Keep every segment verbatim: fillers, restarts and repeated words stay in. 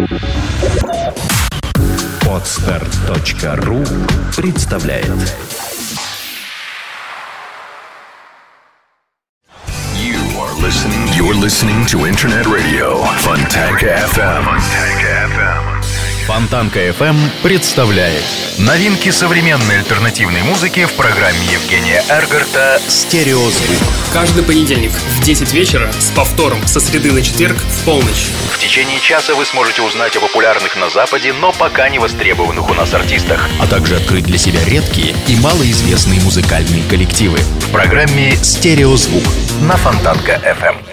Подстер точка ру представляет. You are listening, you're listening to Internet Radio Fontanka эф эм. Fontanka эф эм. Фонтанка эф эм представляет новинки современной альтернативной музыки в программе Евгения Эргарта «Стереозвук». Каждый понедельник в десять вечера с повтором со среды на четверг в полночь. В течение часа вы сможете узнать о популярных на Западе, но пока не востребованных у нас артистах, а также открыть для себя редкие и малоизвестные музыкальные коллективы в программе «Стереозвук» на Фонтанка эф эм.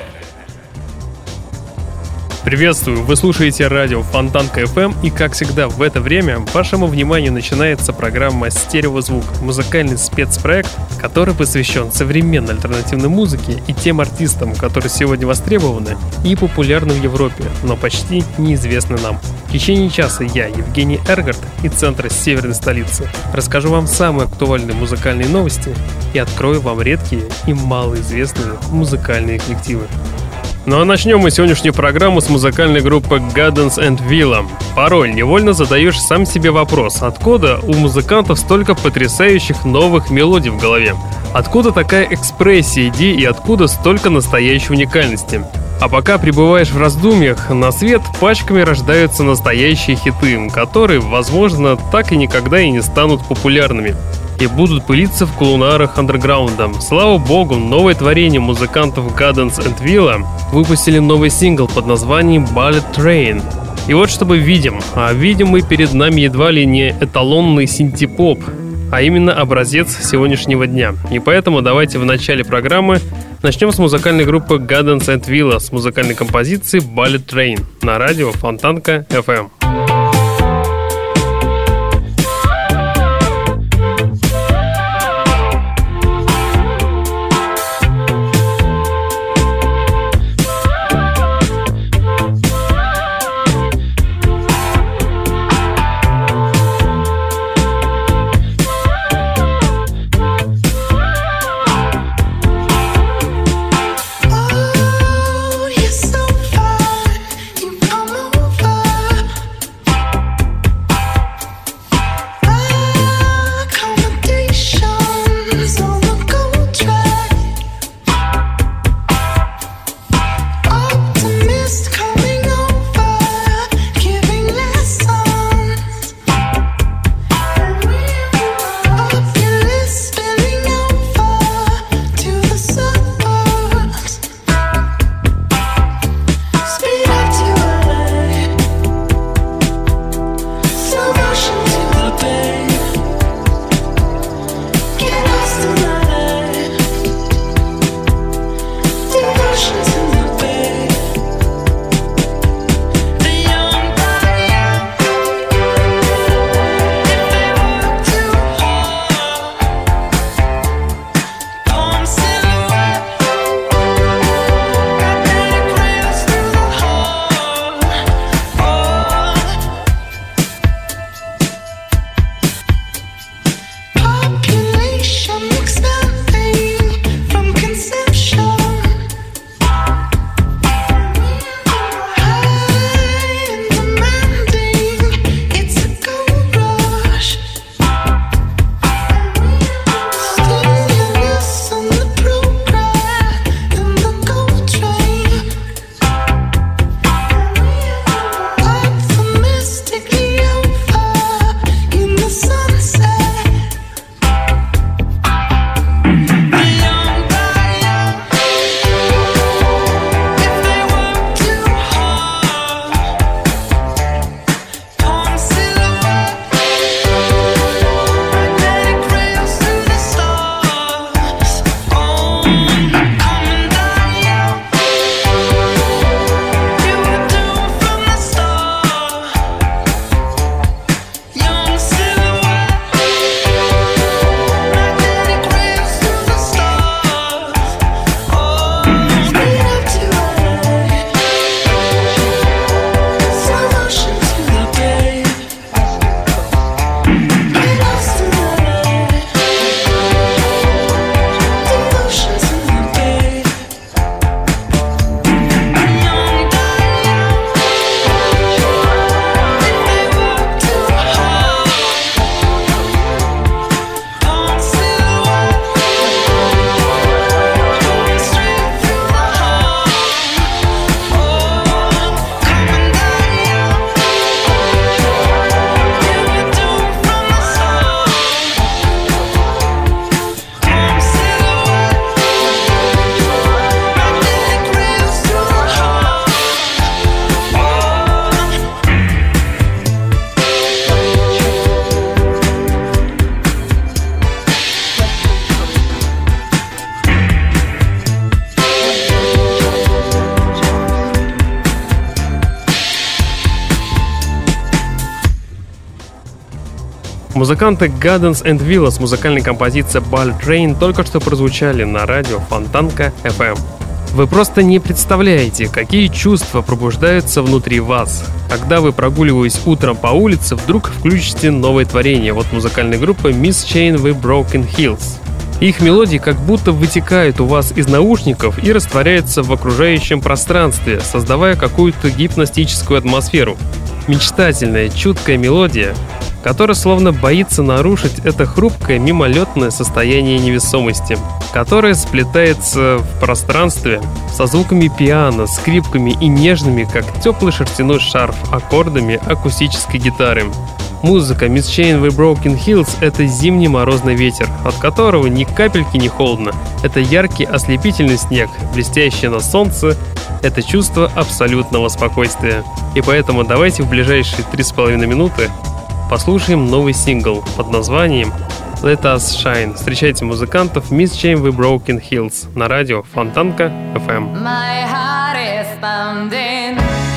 Приветствую! Вы слушаете радио Фонтанка эф эм, и, как всегда, в это время вашему вниманию начинается программа «Стереозвук», музыкальный спецпроект, который посвящен современной альтернативной музыке и тем артистам, которые сегодня востребованы и популярны в Европе, но почти неизвестны нам. В течение часа я, Евгений Эргарт, из центра северной столицы, расскажу вам самые актуальные музыкальные новости и открою вам редкие и малоизвестные музыкальные коллективы. Ну а начнем мы сегодняшнюю программу с музыкальной группы Gardens and Villa. Порой невольно задаешь сам себе вопрос, откуда у музыкантов столько потрясающих новых мелодий в голове? Откуда такая экспрессия идей и откуда столько настоящей уникальности? А пока пребываешь в раздумьях, на свет пачками рождаются настоящие хиты, которые, возможно, так и никогда и не станут популярными и будут пылиться в кулуарах андерграунда. Слава богу, новое творение музыкантов Gardens and Villa выпустили новый сингл под названием Bullet Train. И вот что мы видим. А видим мы перед нами едва ли не эталонный синти-поп, а именно образец сегодняшнего дня. И поэтому давайте в начале программы начнем с музыкальной группы Gardens and Villa с музыкальной композиции Bullet Train на радио Фонтанка эф эм. Oh, you're so fine, you come over. Музыканты Gardens and Villas с музыкальной композицией Bullet Train только что прозвучали на радио Фонтанка эф эм. Вы просто не представляете, какие чувства пробуждаются внутри вас, когда вы, прогуливаясь утром по улице, вдруг включите новое творение от музыкальной группы Miss Chain with Broken Hills. Их мелодии как будто вытекают у вас из наушников и растворяются в окружающем пространстве, создавая какую-то гипнотическую атмосферу. Мечтательная, чуткая мелодия, которая словно боится нарушить это хрупкое мимолетное состояние невесомости, которое сплетается в пространстве со звуками пиано, скрипками и нежными, как теплый шерстяной шарф, аккордами акустической гитары. Музыка Miss Chain with Broken Hills — это зимний морозный ветер, от которого ни капельки не холодно. Это яркий ослепительный снег, блестящий на солнце. Это чувство абсолютного спокойствия. И поэтому давайте в ближайшие три с половиной минуты послушаем новый сингл под названием Let Us Shine. Встречайте музыкантов Miss Chain with Broken Hills на радио Фонтанка эф эм. My heart is pounding.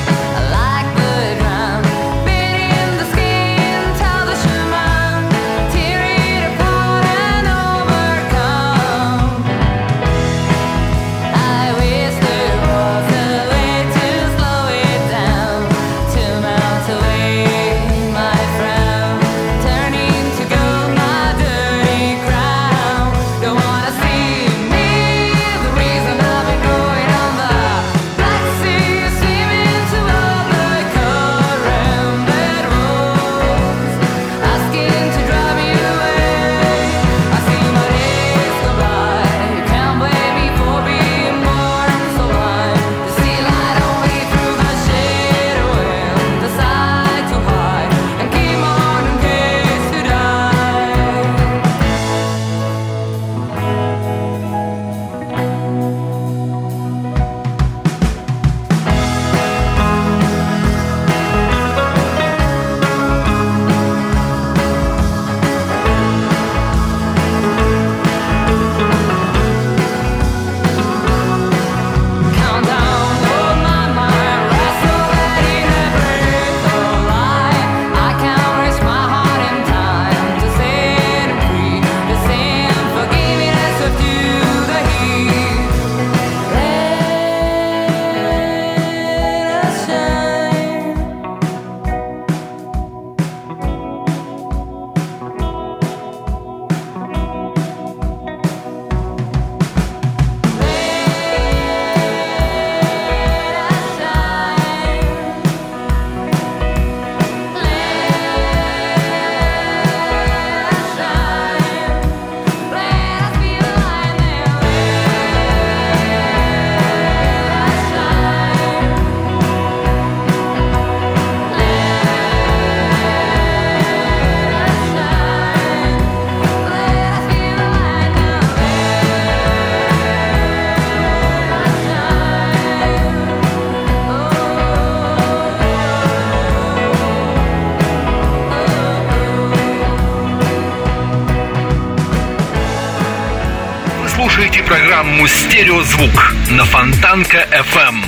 Слушайте программу «Стереозвук» на Фонтанка эф эм.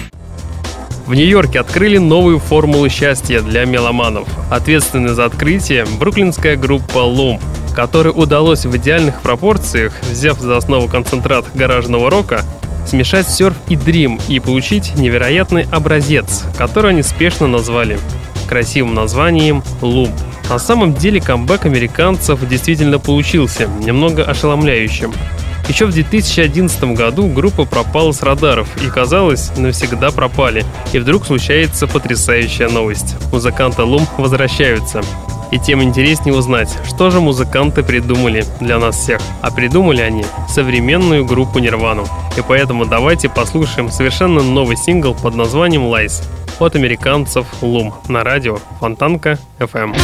В Нью-Йорке открыли новую формулу счастья для меломанов. Ответственная за открытие бруклинская группа Loom, которой удалось в идеальных пропорциях, взяв за основу концентрат гаражного рока, смешать серф и дрим и получить невероятный образец, который они спешно назвали красивым названием Loom. На самом деле камбэк американцев действительно получился немного ошеломляющим. Еще в две тысячи одиннадцатом году группа пропала с радаров и, казалось, навсегда пропали. И вдруг случается потрясающая новость. Музыканты Loom возвращаются. И тем интереснее узнать, что же музыканты придумали для нас всех. А придумали они современную группу Нирвану. И поэтому давайте послушаем совершенно новый сингл под названием Lies от американцев Loom на радио Фонтанка эф эм.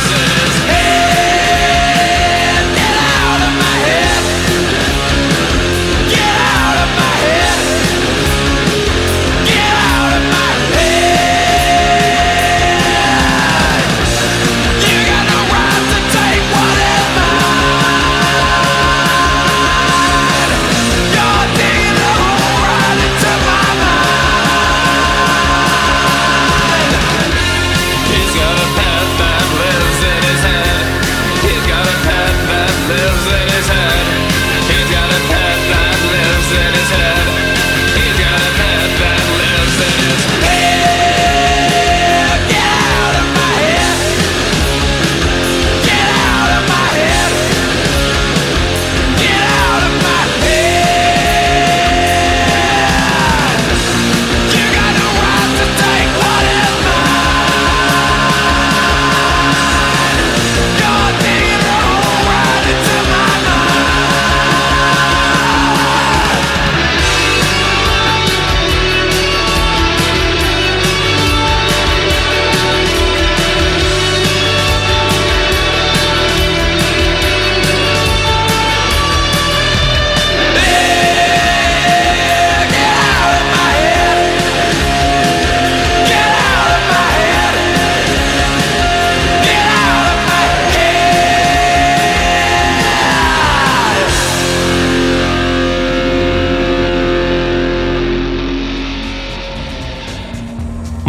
Head, get out of my head.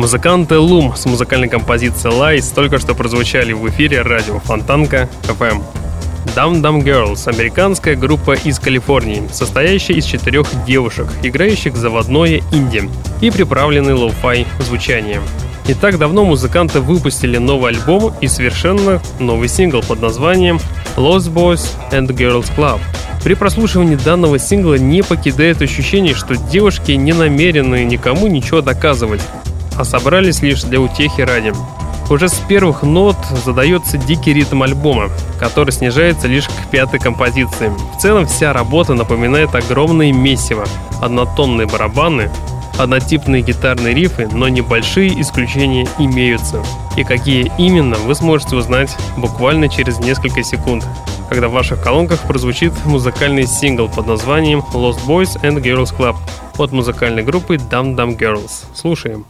Музыканты Loom с музыкальной композицией Lies только что прозвучали в эфире радио Фонтанка эф эм. Dum Dum Girls — американская группа из Калифорнии, состоящая из четырех девушек, играющих заводное инди и приправленной лоу-фай звучанием. Не так давно музыканты выпустили новый альбом и совершенно новый сингл под названием Lost Boys and Girls Club. При прослушивании данного сингла не покидает ощущение, что девушки не намерены никому ничего доказывать, а собрались лишь для утехи ради. Уже с первых нот задается дикий ритм альбома, который снижается лишь к пятой композиции. В целом вся работа напоминает огромное месиво: однотонные барабаны, однотипные гитарные рифы, но небольшие исключения имеются. И какие именно, вы сможете узнать буквально через несколько секунд, когда в ваших колонках прозвучит музыкальный сингл под названием Lost Boys and Girls Club от музыкальной группы Dum Dum Girls. Слушаем.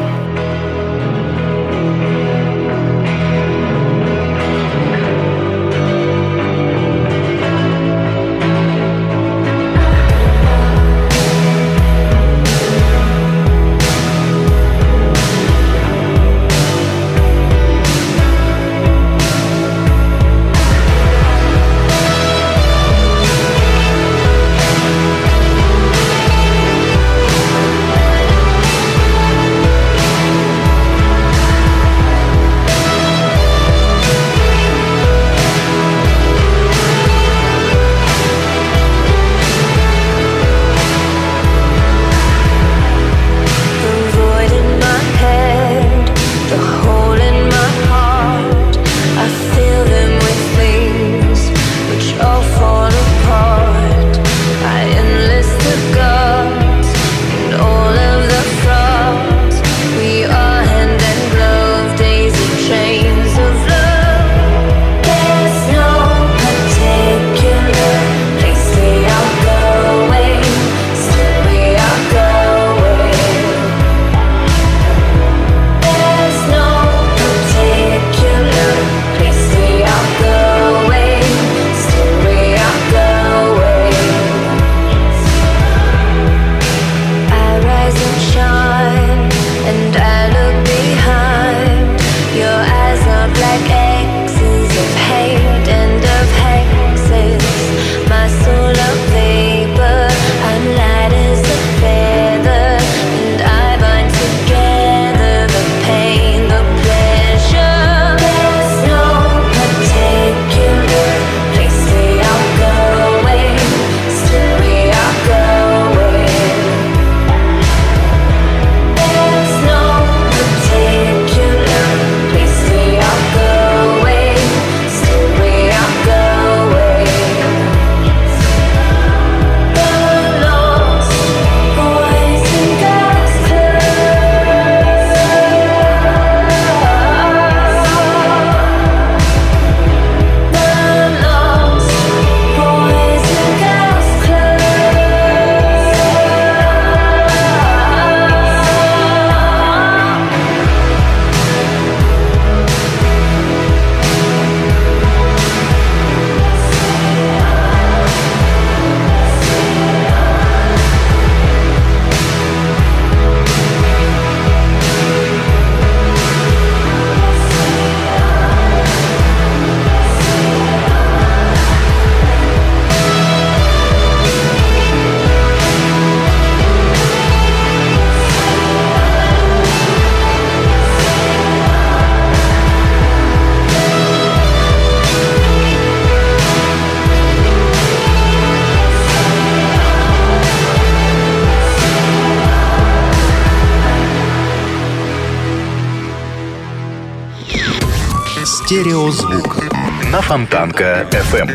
Стереозвук на Фонтанка эф эм.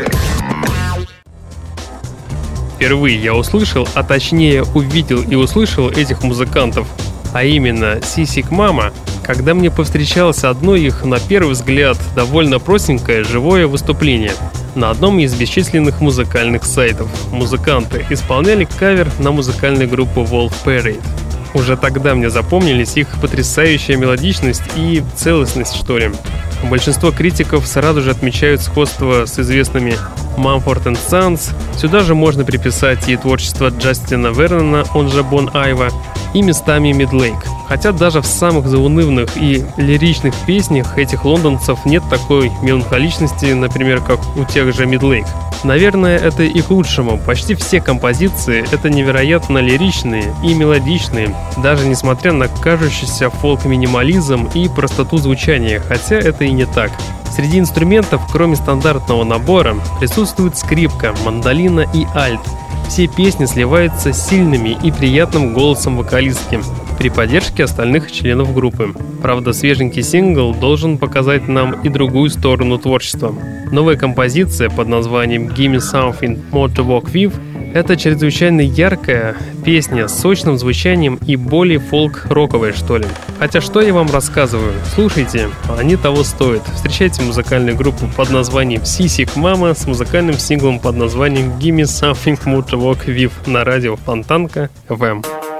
Впервые я услышал, а точнее увидел и услышал этих музыкантов, а именно Sissy Mama, когда мне повстречалось одно их, на первый взгляд, довольно простенькое живое выступление на одном из бесчисленных музыкальных сайтов. Музыканты исполняли кавер на музыкальную группу Wolf Parade. Уже тогда мне запомнились их потрясающая мелодичность и целостность, что ли. Большинство критиков сразу же отмечают сходство с известными Mumford энд Sons. Сюда же можно приписать и творчество Джастина Вернона, он же Бон Айва, и местами Midlake. Хотя даже в самых заунывных и лиричных песнях этих лондонцев нет такой меланхоличности, например, как у тех же Midlake. Наверное, это и к лучшему. Почти все композиции — это невероятно лиричные и мелодичные, даже несмотря на кажущийся фолк-минимализм и простоту звучания, хотя это и не так. Среди инструментов, кроме стандартного набора, присутствует скрипка, мандолина и альт. Все песни сливаются с сильными и приятным голосом вокалистки при поддержке остальных членов группы. Правда, свеженький сингл должен показать нам и другую сторону творчества. Новая композиция под названием «Gimme Something More to Walk With» — это чрезвычайно яркая песня с сочным звучанием и более фолк-роковая, что ли. Хотя что я вам рассказываю? Слушайте, они того стоят. Встречайте музыкальную группу под названием Seasick Mama с музыкальным синглом под названием «Gimme Something More to Walk With» на радио Фонтанка эф эм.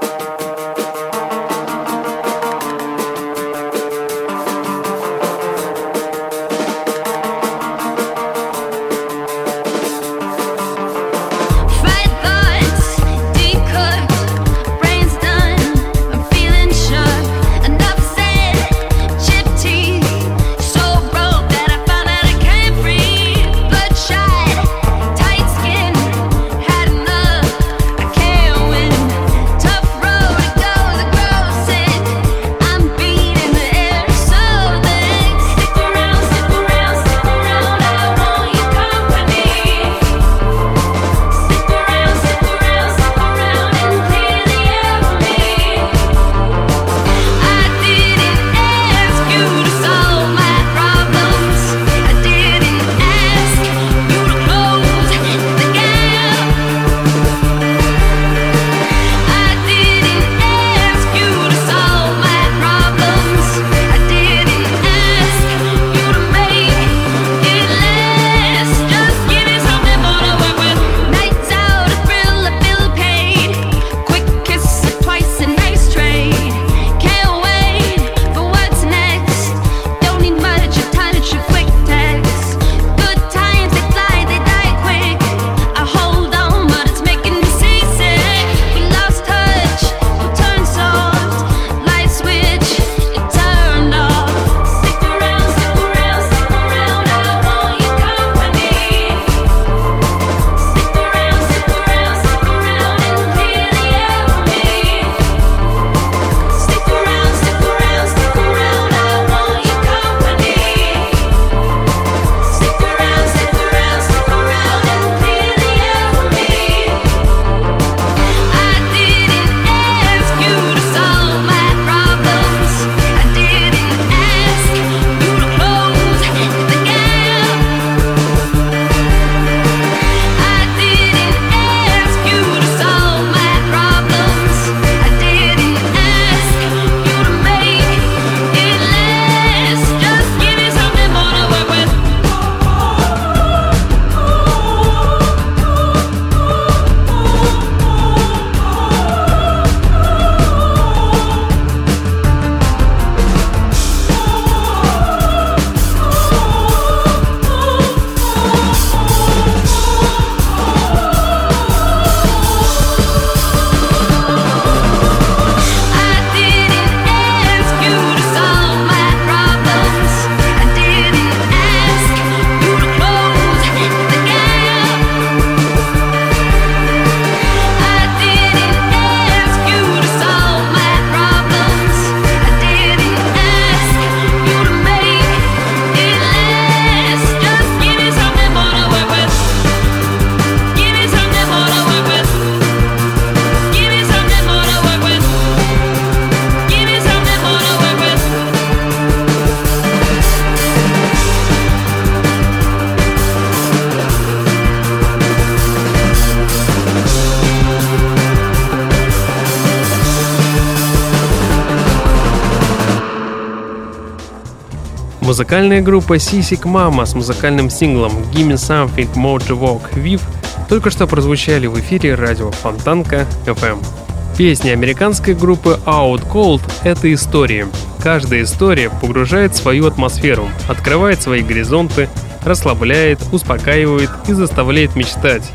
Музыкальная группа Seasick Mama с музыкальным синглом «Gimme Something More to Walk With» только что прозвучали в эфире радио Фонтанка эф эм. Песня американской группы Out Cold — это истории. Каждая история погружает в свою атмосферу, открывает свои горизонты, расслабляет, успокаивает и заставляет мечтать.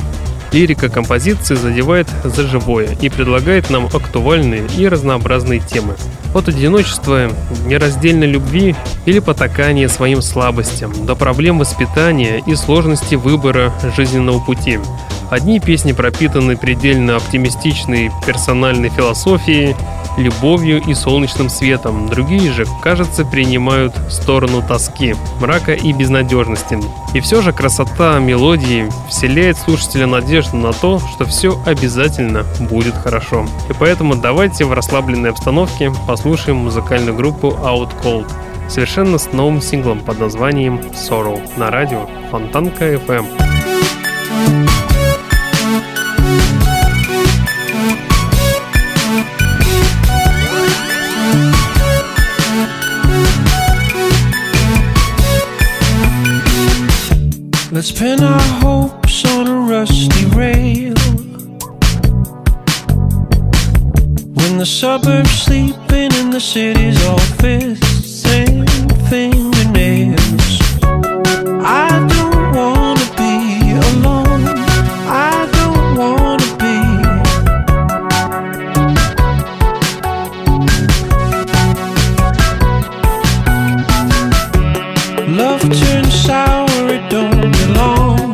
Лирика композиции задевает за живое и предлагает нам актуальные и разнообразные темы. От одиночества, нераздельной любви или потакания своим слабостям, до проблем воспитания и сложности выбора жизненного пути. Одни песни пропитаны предельно оптимистичной персональной философией, любовью и солнечным светом, другие же, кажется, принимают сторону тоски, мрака и безнадежности. И все же красота мелодии вселяет слушателя надежду на то, что все обязательно будет хорошо. И поэтому давайте в расслабленной обстановке послушаем музыкальную группу Out Cold совершенно с новым синглом под названием Sorrow на радио Фонтанка эф эм. Let's pin our hopes on a rusty rail. When the suburbs sleeping and the city's all fists and fingernails. I don't wanna be alone. I don't wanna be. Love turns sour, it don't belong.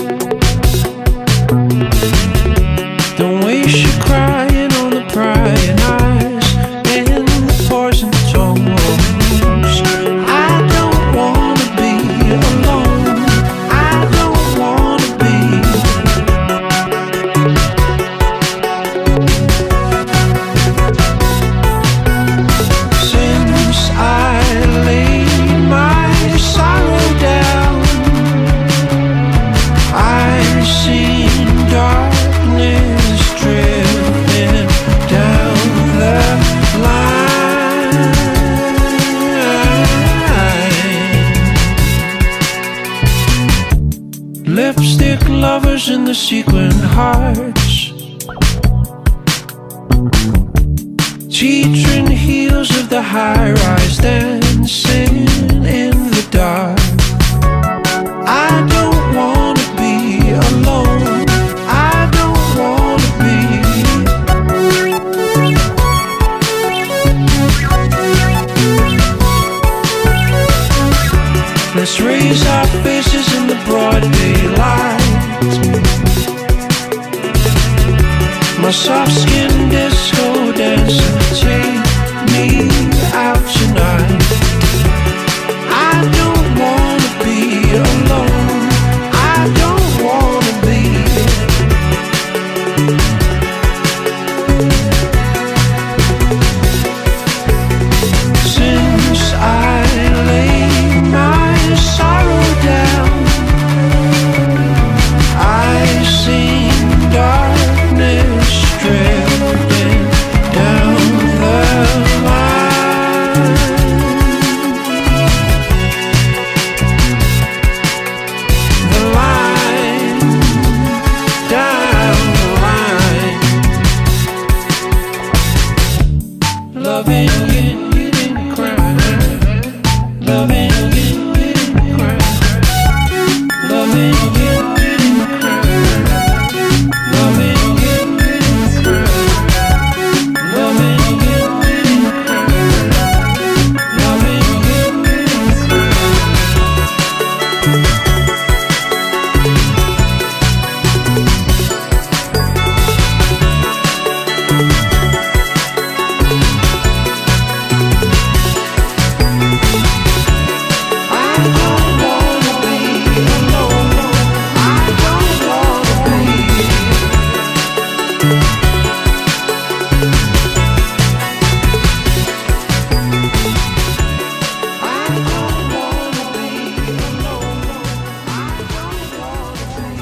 Don't waste your crying on the prying eyes and the poison tones. I don't wanna be alone. I don't wanna be. Since I laid my sorrow down, I've seen darkness drifting down the line. Lipstick lovers in the sequin hearts, teetering heels of the high-rise dancing in the dark. I don't wanna be alone. I don't wanna be. Let's raise our faces in the broad daylight. My soft-skinned disco dancer, take me out tonight. I don't wanna be alone. I don't wanna be. Since I laid my sorrow down, I've seen darkness drifting down the line. The line, down the line. Loving you, you didn't cry. Loving you, you didn't cry. Loving you, you didn't cry. Loving you, you didn't cry. Loving you, you didn't cry. Loving you, you didn't cry. I don't wanna be alone. I don't wanna be. I don't wanna be alone. I don't wanna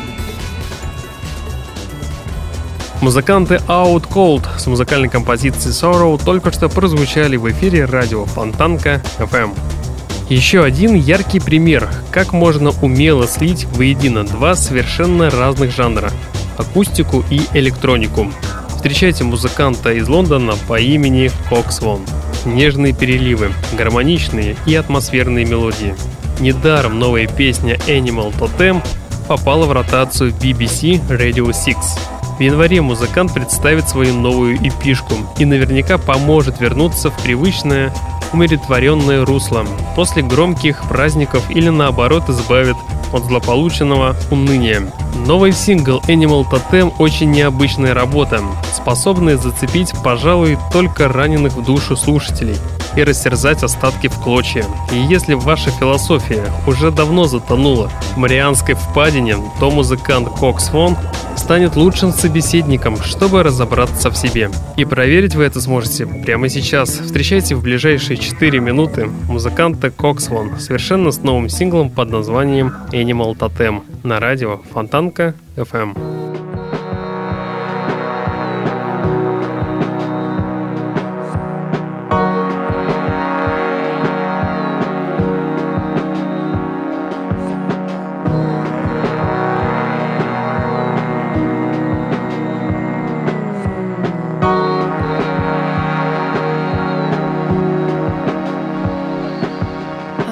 be. Музыканты Out Cold с музыкальной композицией Sorrow только что прозвучали в эфире радио Фонтанка эф эм. Еще один яркий пример, как можно умело слить воедино два совершенно разных жанра – акустику и электронику. Встречайте музыканта из Лондона по имени Coxswain. Нежные переливы, гармоничные и атмосферные мелодии. Недаром новая песня Animal Totem попала в ротацию би би си Radio шесть. В январе музыкант представит свою новую эпишку и наверняка поможет вернуться в привычное, умиротворенное русло после громких праздников или наоборот избавит от злополученного уныния. Новый сингл Animal Totem очень необычная работа, способная зацепить, пожалуй, только раненых в душу слушателей и растерзать остатки в клочья. И если ваша философия уже давно затонула в Марианской впадине, то музыкант Кокс Фон станет лучшим собеседником, чтобы разобраться в себе. И проверить вы это сможете прямо сейчас. Встречайте в ближайшие четыре минуты музыканта Кокс Фон совершенно с новым синглом под названием Animal Totem на радио Фонтанка эф эм.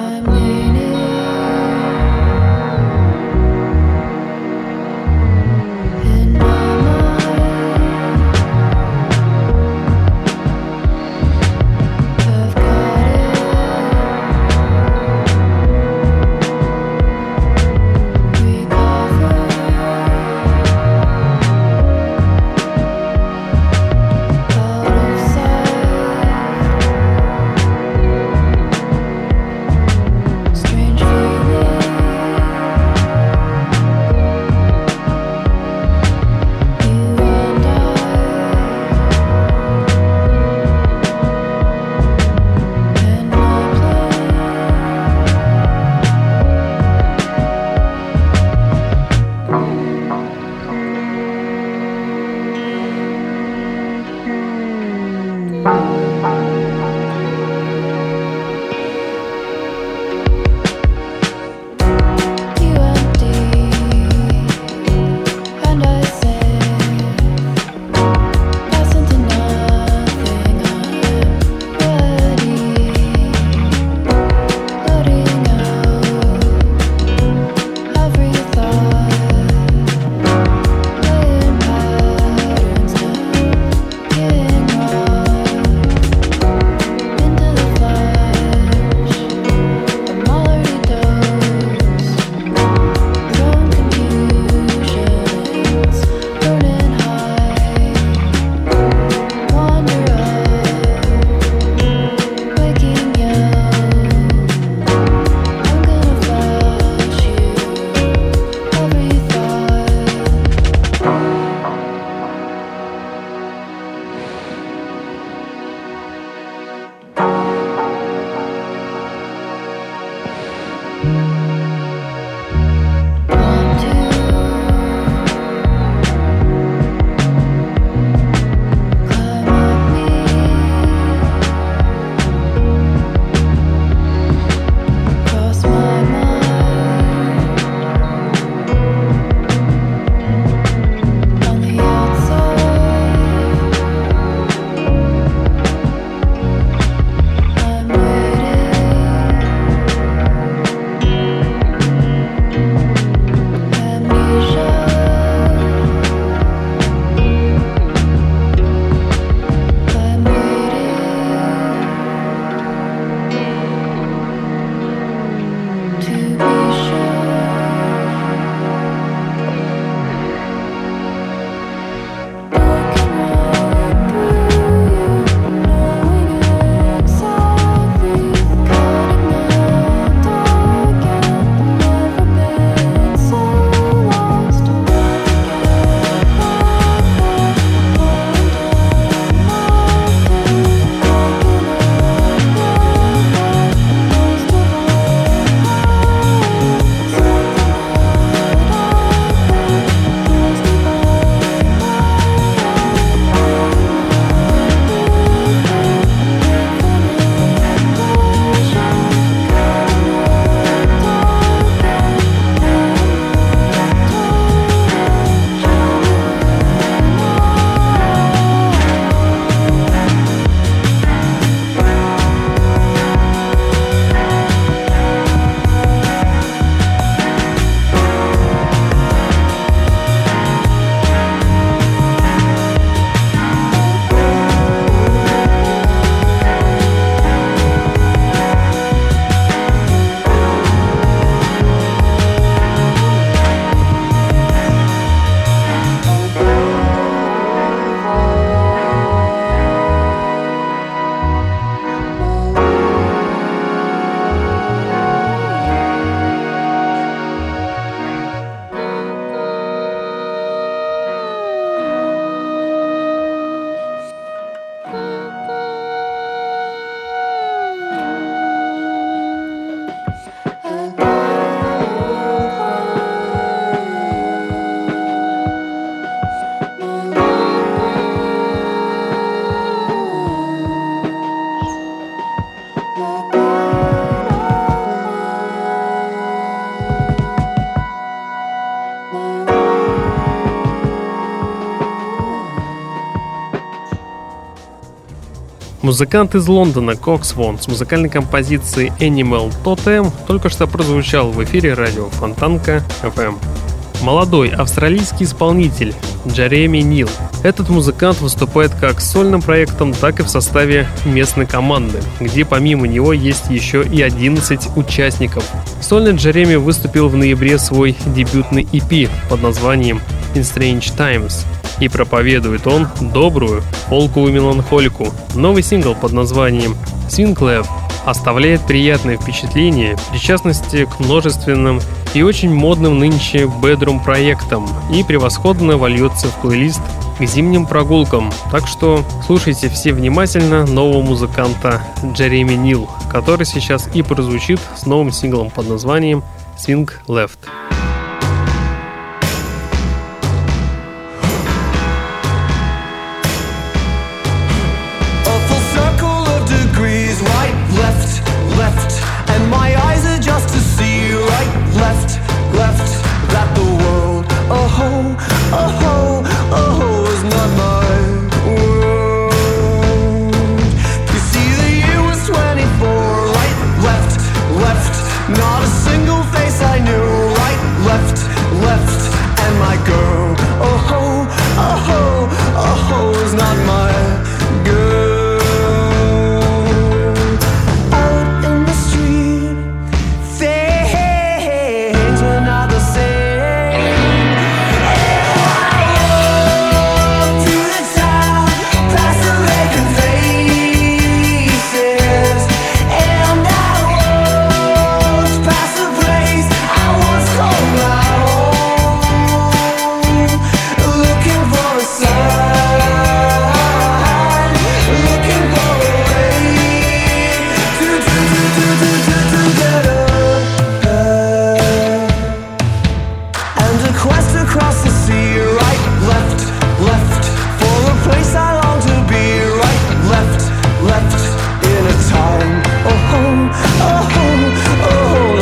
I'm Музыкант из Лондона Кокс Вон с музыкальной композицией Animal Totem только что прозвучал в эфире радио Фонтанка эф эм. Молодой австралийский исполнитель Джереми Нил. Этот музыкант выступает как с сольным проектом, так и в составе местной команды, где помимо него есть еще и одиннадцать участников. Сольный Джереми выступил в ноябре свой дебютный и пи под названием In Strange Times, и проповедует он добрую фолковую меланхолику. Новый сингл под названием Swing Left оставляет приятное впечатление в причастности к множественным и очень модным нынче бедрум-проектам и превосходно вольется в плейлист к зимним прогулкам. Так что слушайте все внимательно нового музыканта Джереми Нил, который сейчас и прозвучит с новым синглом под названием Swing Left. Not a single face I knew. Right, left, left, and my girl. Oh ho, oh ho, oh ho is not my girl. Out in the street, things were not the same. And I walked through the town, past the vacant faces, and I past the place I once called my home, looking for a sign, looking for a way to, to, to, to, to, to, to get up, and a quest across the sea. Right, left, left, for a place I long to be. Right, left, left, in a time, oh home, oh home, oh home.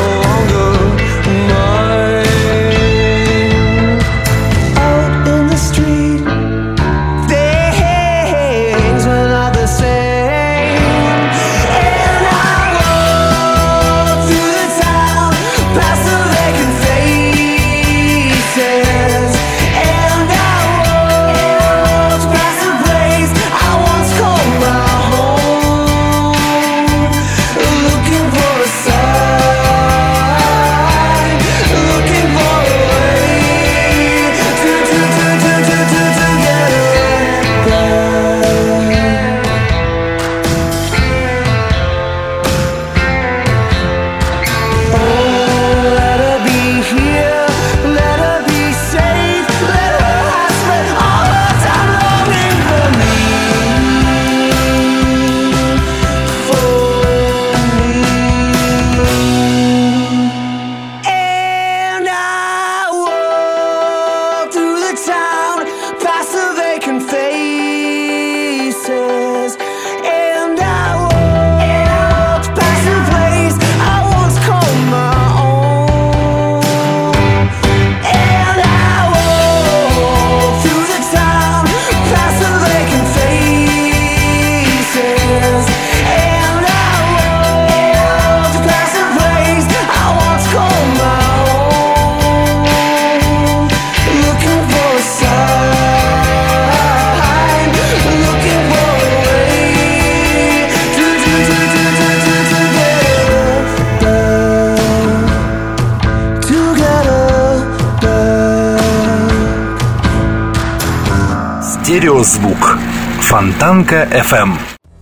Стереозвук. Фонтанка эф эм.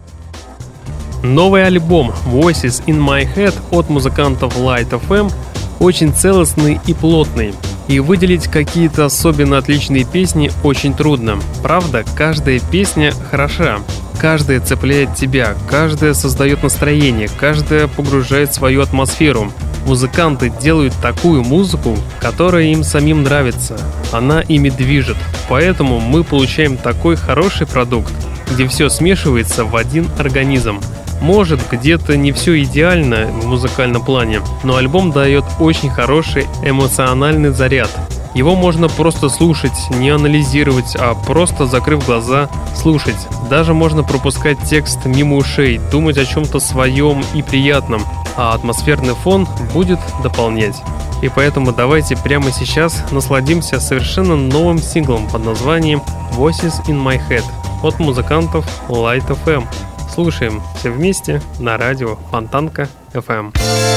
Новый альбом Voices in My Head от музыкантов Light эф эм очень целостный и плотный, и выделить какие-то особенно отличные песни очень трудно. Правда, каждая песня хороша, каждая цепляет тебя, каждая создает настроение, каждая погружает в свою атмосферу. Музыканты делают такую музыку, которая им самим нравится, она ими движет, поэтому мы получаем такой хороший продукт, где все смешивается в один организм. Может, где-то не все идеально в музыкальном плане, но альбом дает очень хороший эмоциональный заряд. Его можно просто слушать, не анализировать, а просто закрыв глаза, слушать. Даже можно пропускать текст мимо ушей, думать о чем-то своем и приятном, а атмосферный фон будет дополнять. И поэтому давайте прямо сейчас насладимся совершенно новым синглом под названием Voices in My Head от музыкантов Light эф эм. Слушаем все вместе на радио Фонтанка эф эм.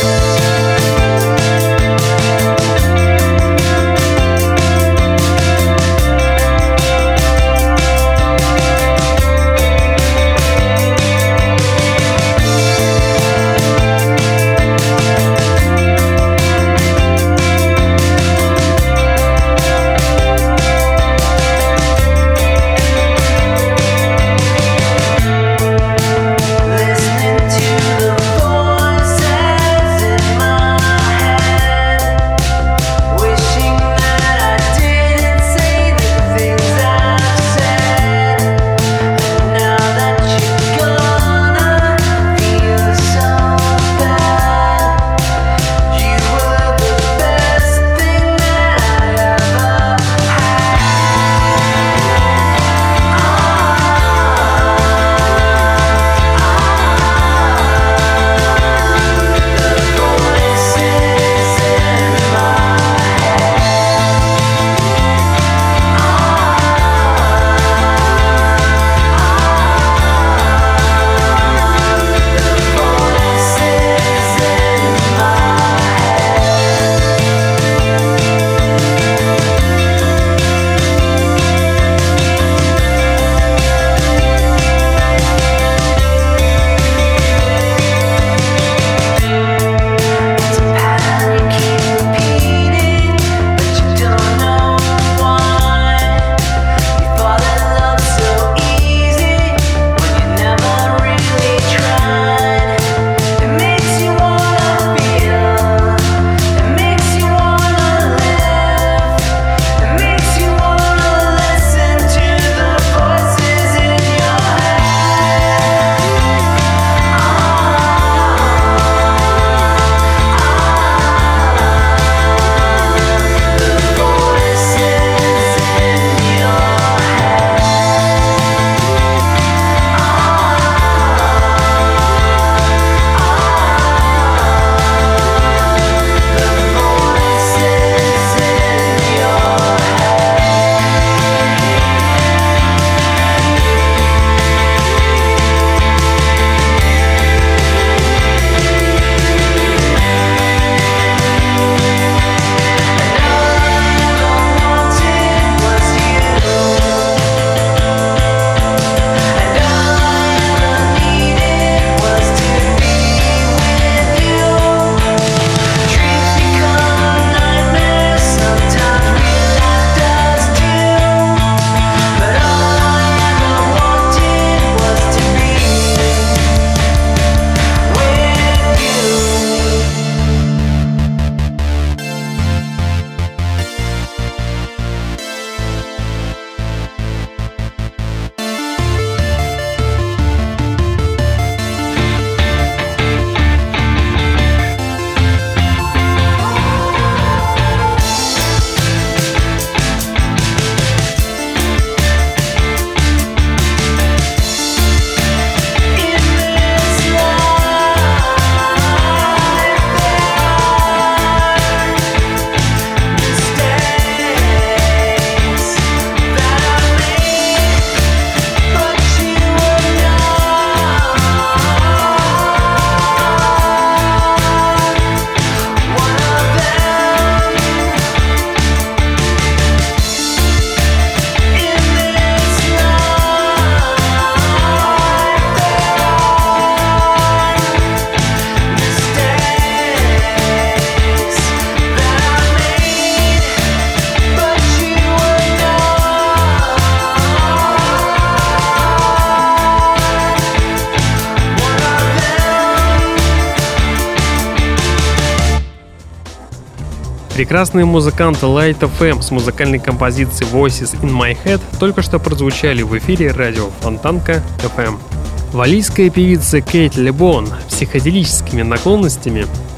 Прекрасные музыканты Light эф эм с музыкальной композицией Voices in My Head только что прозвучали в эфире радио Фонтанка эф эм. Валийская певица Кейт Лебон с психоделическими наклонностями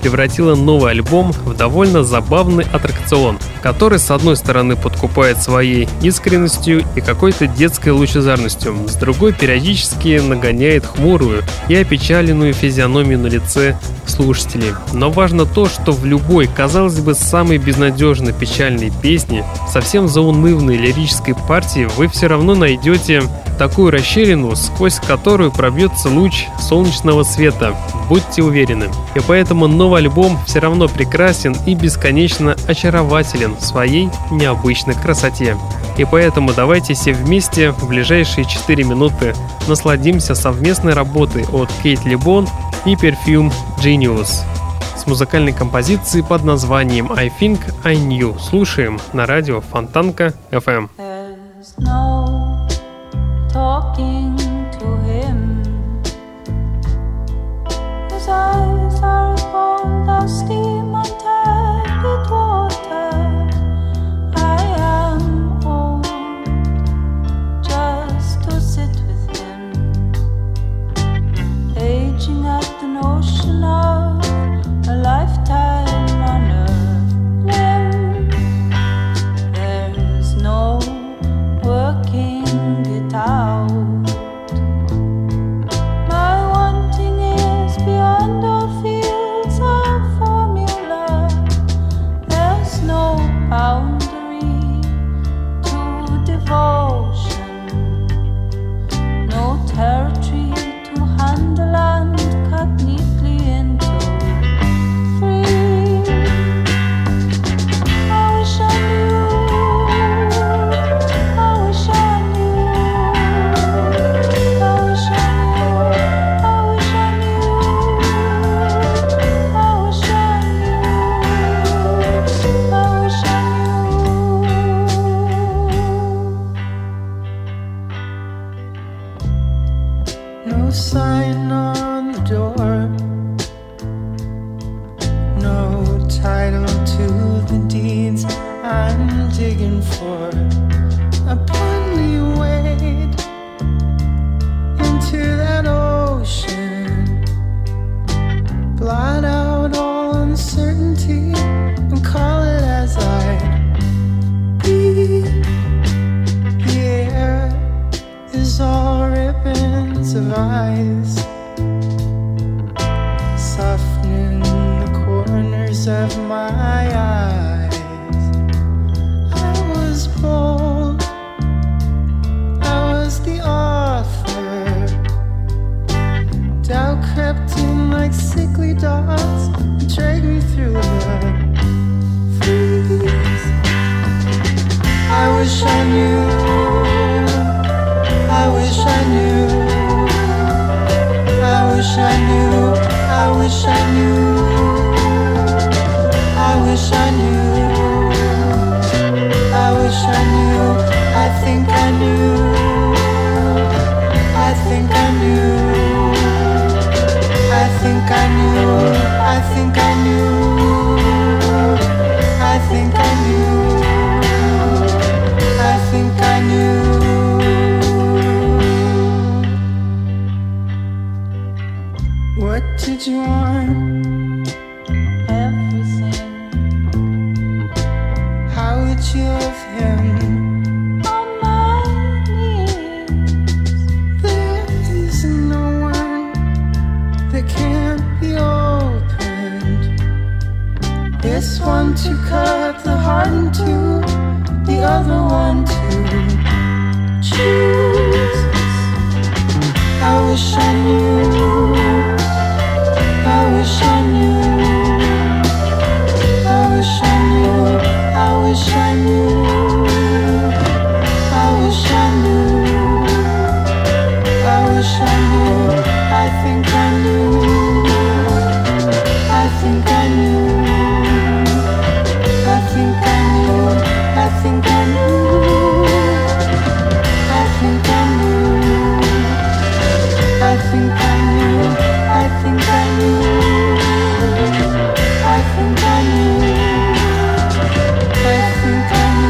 превратила новый альбом в довольно забавный аттракцион, который с одной стороны подкупает своей искренностью и какой-то детской лучезарностью, с другой периодически нагоняет хмурую и опечаленную физиономию на лице слушателей. Но важно то, что в любой, казалось бы, самой безнадежно печальной песне, совсем заунывной лирической партии, вы все равно найдете такую расщелину, сквозь которую пробьется луч солнечного света, будьте уверены. И поэтому новый альбом все равно прекрасен и бесконечно очарователен в своей необычной красоте. И поэтому давайте все вместе в ближайшие четыре минуты насладимся совместной работой от Кейт Лебон и Perfume Genius с музыкальной композицией под названием I Think I Knew. Слушаем на радио Фонтанка эф эм. Talking to him, his eyes are as bold as steam on tepid water. I am home just to sit with him, aging at the notion of a lifetime on a limb. There's no working it out. My wanting is beyond all fields of formula. There's no boundary to devotion, no territory to handle and cut neatly into three. I wish I knew, I wish I knew, I wish I knew, I wish I knew, I wish I knew, I wish I knew. No sign on the door, no title to the deeds I'm digging for. I blindly wade into that ocean, blot out all uncertainty and call it as I be. The air is all ribbons of ice, softening the corners of my eyes. I was bold, I was the author. Doubt crept in like sickly dogs and dragged me through the freeze. I wish I knew, I wish I knew, I wish I knew, I wish I knew, I wish I knew, I wish I knew, I think I knew, I think I knew, I think I knew, I think I knew, I think I knew, I think I knew. What did you want? Everything. How would you love him? On my knees. There is no one that can't be opened. This one to cut the heart in two, the other one to choose. I wish I knew, I wish I knew, I wish I knew, I wish I knew, I wish I knew, I wish I knew, I think I knew, I think I knew, I think I knew, I think I knew, I think I knew, I think I knew, I think I knew, I think I knew, I think I knew.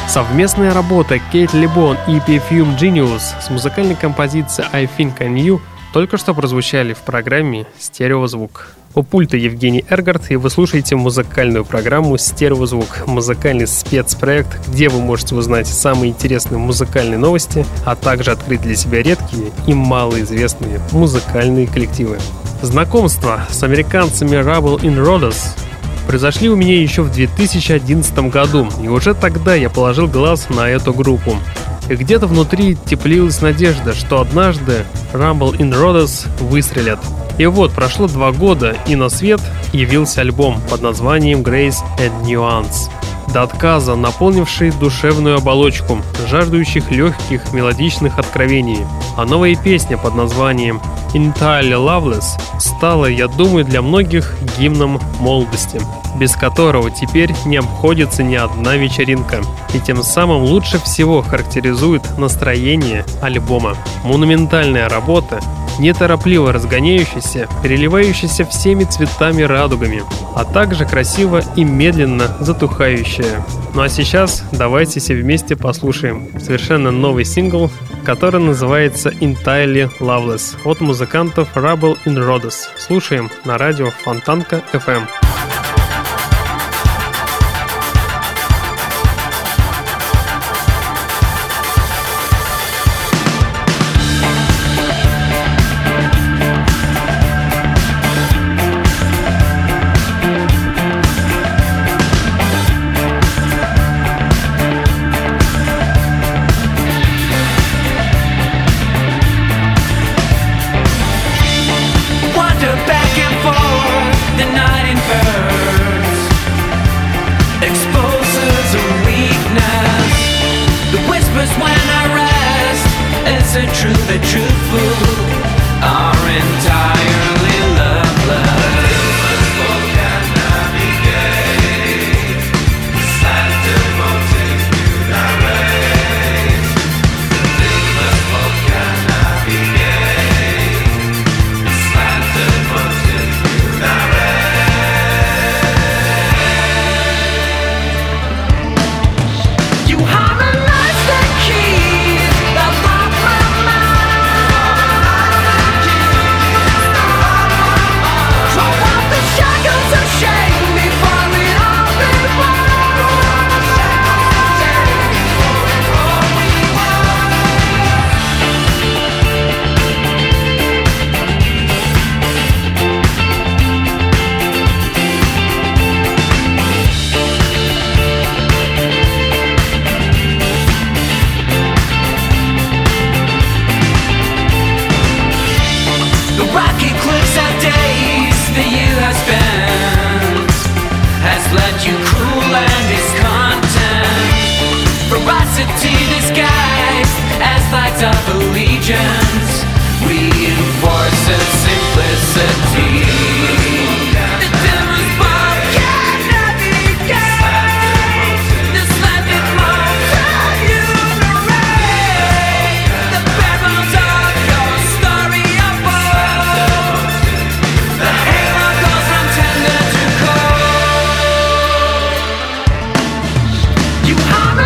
Совместная работа Кейт Лебон и Perfume Genius с музыкальной композицией I Think I Knew только что прозвучали в программе «Стереозвук». У пульта Евгений Эргард, и вы слушаете музыкальную программу «Стереозвук», музыкальный спецпроект, где вы можете узнать самые интересные музыкальные новости, а также открыть для себя редкие и малоизвестные музыкальные коллективы. Знакомство с американцами Rubble in Rhodes произошли у меня еще в две тысячи одиннадцатом году, и уже тогда я положил глаз на эту группу. И где-то внутри теплилась надежда, что однажды Rubble in Rhodes выстрелят. И вот прошло два года, и на свет явился альбом под названием Grace and Nuance. До отказа наполнивший душевную оболочку, жаждущих легких мелодичных откровений. А новая песня под названием Entirely Loveless стала, я думаю, для многих гимном молодости, без которого теперь не обходится ни одна вечеринка, и тем самым лучше всего характеризует настроение альбома. Монументальная работа, неторопливо разгоняющаяся, переливающаяся всеми цветами радугами, а также красиво и медленно затухающая. Ну а сейчас давайте все вместе послушаем совершенно новый сингл, который называется Entirely Loveless от музыкантов Rubble in Rhodes. Слушаем на радио Фонтанка эф эм.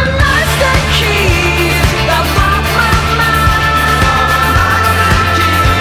You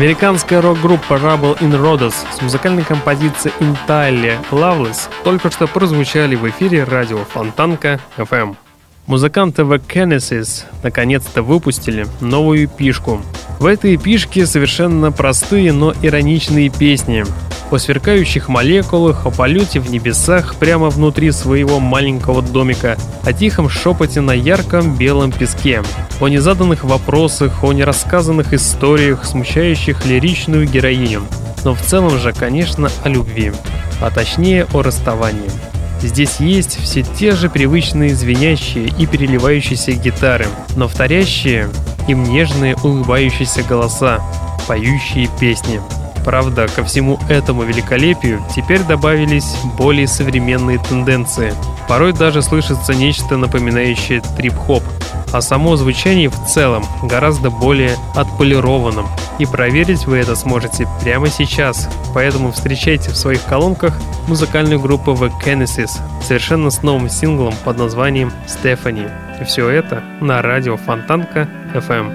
Американская рок-группа Rubble in Rhodes с музыкальной композицией Entirely Loveless только что прозвучали в эфире радио Фонтанка эф эм. Музыканты The Genesis наконец-то выпустили новую эпишку. В этой эпишке совершенно простые, но ироничные песни о сверкающих молекулах, о полете в небесах прямо внутри своего маленького домика, о тихом шепоте на ярком белом песке, о незаданных вопросах, о нерассказанных историях, смущающих лиричную героиню. Но в целом же, конечно, о любви, а точнее о расставании. Здесь есть все те же привычные звенящие и переливающиеся гитары, но вторящие им нежные улыбающиеся голоса, поющие песни. Правда, ко всему этому великолепию теперь добавились более современные тенденции. Порой даже слышится нечто напоминающее трип-хоп, а само звучание в целом гораздо более отполированным. И проверить вы это сможете прямо сейчас. Поэтому встречайте в своих колонках музыкальную группу The Genesis совершенно с новым синглом под названием «Stephanie». И все это на радио Фонтанка эф эм.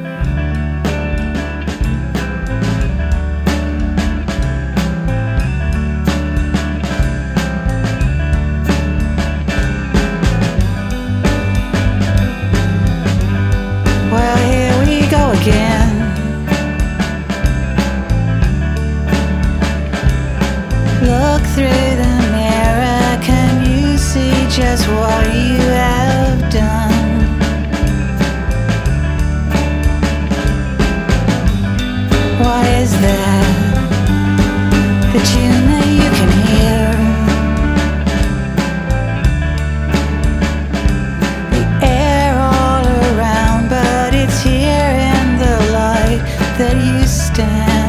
Look through the mirror, can you see just what you have done? What is that the tune that you can hear? The air all around, but it's here in the light that you stand.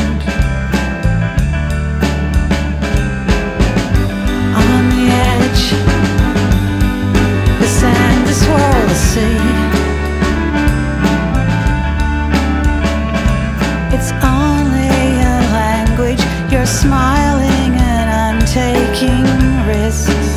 It's only a language. You're smiling and I'm taking risks.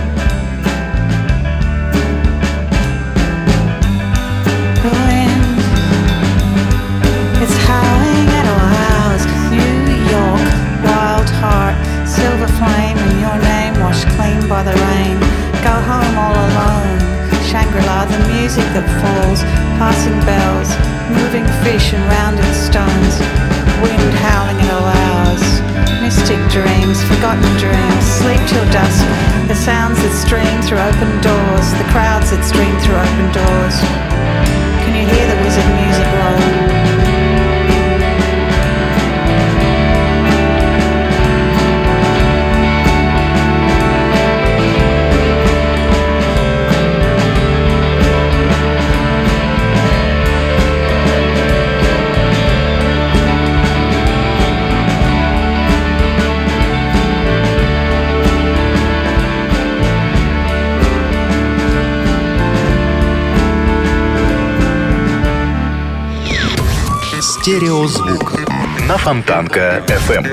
The wind, it's howling at our house. New York, wild heart, silver flame, and your name washed clean by the rain. Go home all alone. Shangri-La, the music that falls, passing bells, moving fish and rounded stones, wind howling in our hours, mystic dreams, forgotten dreams, sleep till dusk, the sounds that stream through open doors, the crowds that stream through open doors. Can you hear the wizard music roll? Стереозвук на Фонтанка эф эм.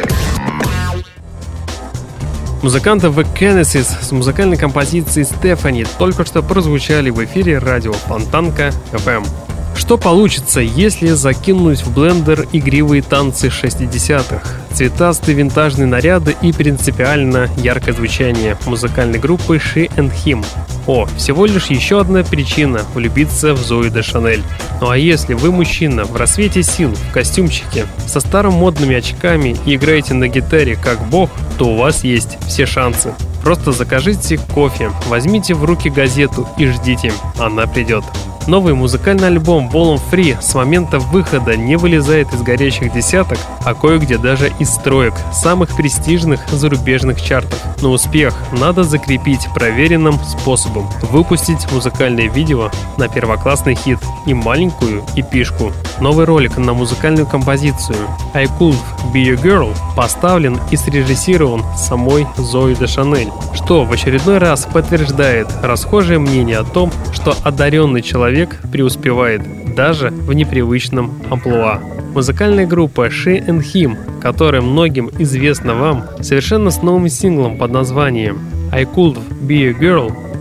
Музыканты The Genesis с музыкальной композицией Stephanie только что прозвучали в эфире радио Фонтанка эф эм. Что получится, если закинуть в блендер игривые танцы шестидесятых, цветастые винтажные наряды и принципиально яркое звучание музыкальной группы She and Him? О, всего лишь еще одна причина влюбиться в Зои де Шанель. Ну а если вы мужчина в рассвете сил, в костюмчике, со старомодными очками и играете на гитаре как бог, то у вас есть все шансы. Просто закажите кофе, возьмите в руки газету и ждите, она придет. Новый музыкальный альбом Ball on Free с момента выхода не вылезает из горящих десяток, а кое-где даже из строек самых престижных зарубежных чартов. Но успех надо закрепить проверенным способом – выпустить музыкальное видео на первоклассный хит и маленькую эпишку. Новый ролик на музыкальную композицию I Could Be Your Girl поставлен и срежиссирован самой Зоей де Шанель, что в очередной раз подтверждает расхожее мнение о том, что одаренный человек преуспевает даже в непривычном амплуа. Музыкальная группа She and Him, которая многим известна вам, совершенно с новым синглом под названием I Could Be a Girl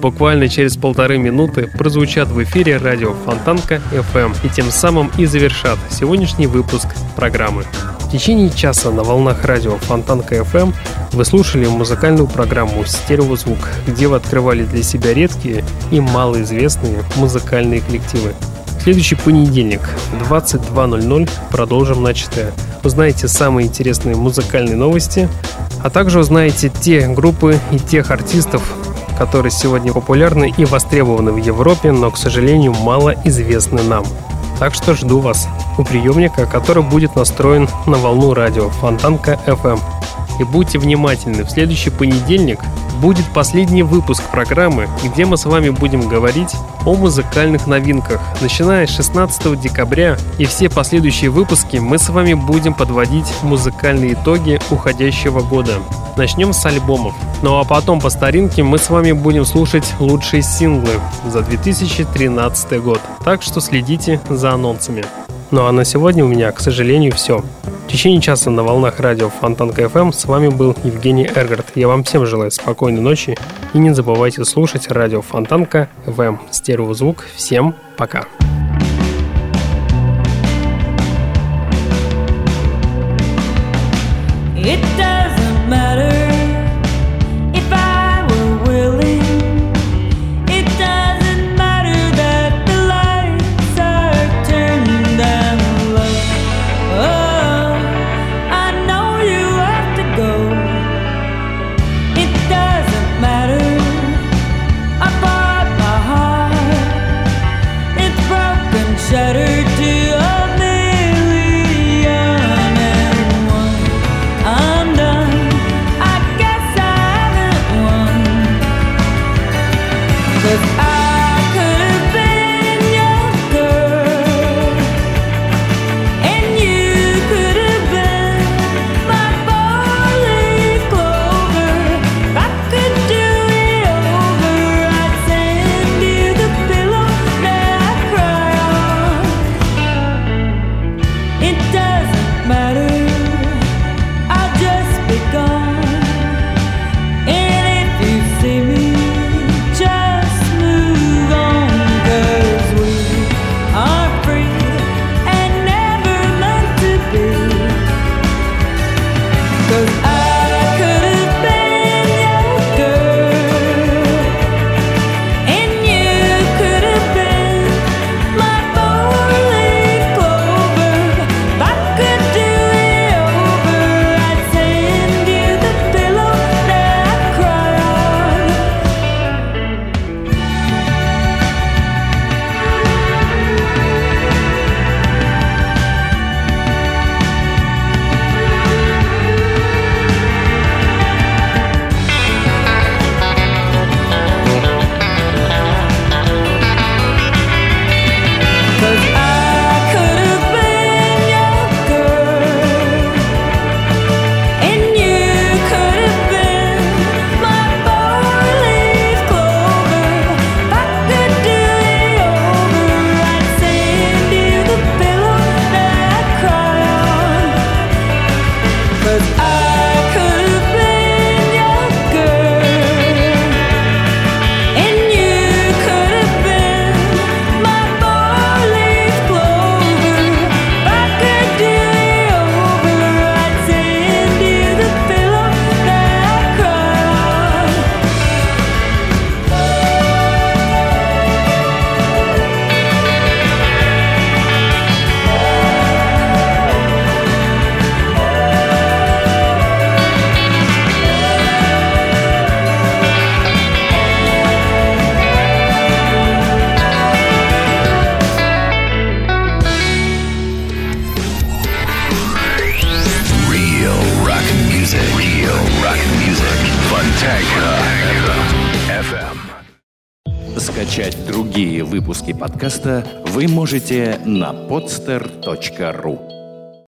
буквально через полторы минуты прозвучат в эфире радио Фонтанка эф эм и тем самым и завершат сегодняшний выпуск программы. В течение часа на волнах радио Фонтанка эф эм вы слушали музыкальную программу «Стереозвук», где вы открывали для себя редкие и малоизвестные музыкальные коллективы. В следующий понедельник в двадцать два ноль ноль продолжим начатое. Узнаете самые интересные музыкальные новости, а также узнаете те группы и тех артистов, которые сегодня популярны и востребованы в Европе, но, к сожалению, мало известны нам. Так что жду вас у приемника, который будет настроен на волну радио Фонтанка эф эм. И будьте внимательны, в следующий понедельник будет последний выпуск программы, где мы с вами будем говорить о музыкальных новинках. Начиная с шестнадцатого декабря и все последующие выпуски мы с вами будем подводить музыкальные итоги уходящего года. Начнем с альбомов. Ну а потом по старинке мы с вами будем слушать лучшие синглы за две тысячи тринадцатый год. Так что следите за анонсами. Ну а на сегодня у меня, к сожалению, все. В течение часа на волнах радио Фонтанка эф эм с вами был Евгений Эргард. Я вам всем желаю спокойной ночи и не забывайте слушать радио Фонтанка эф эм. Стереозвук. Всем пока. Скачать другие выпуски подкаста вы можете на podster точка ру.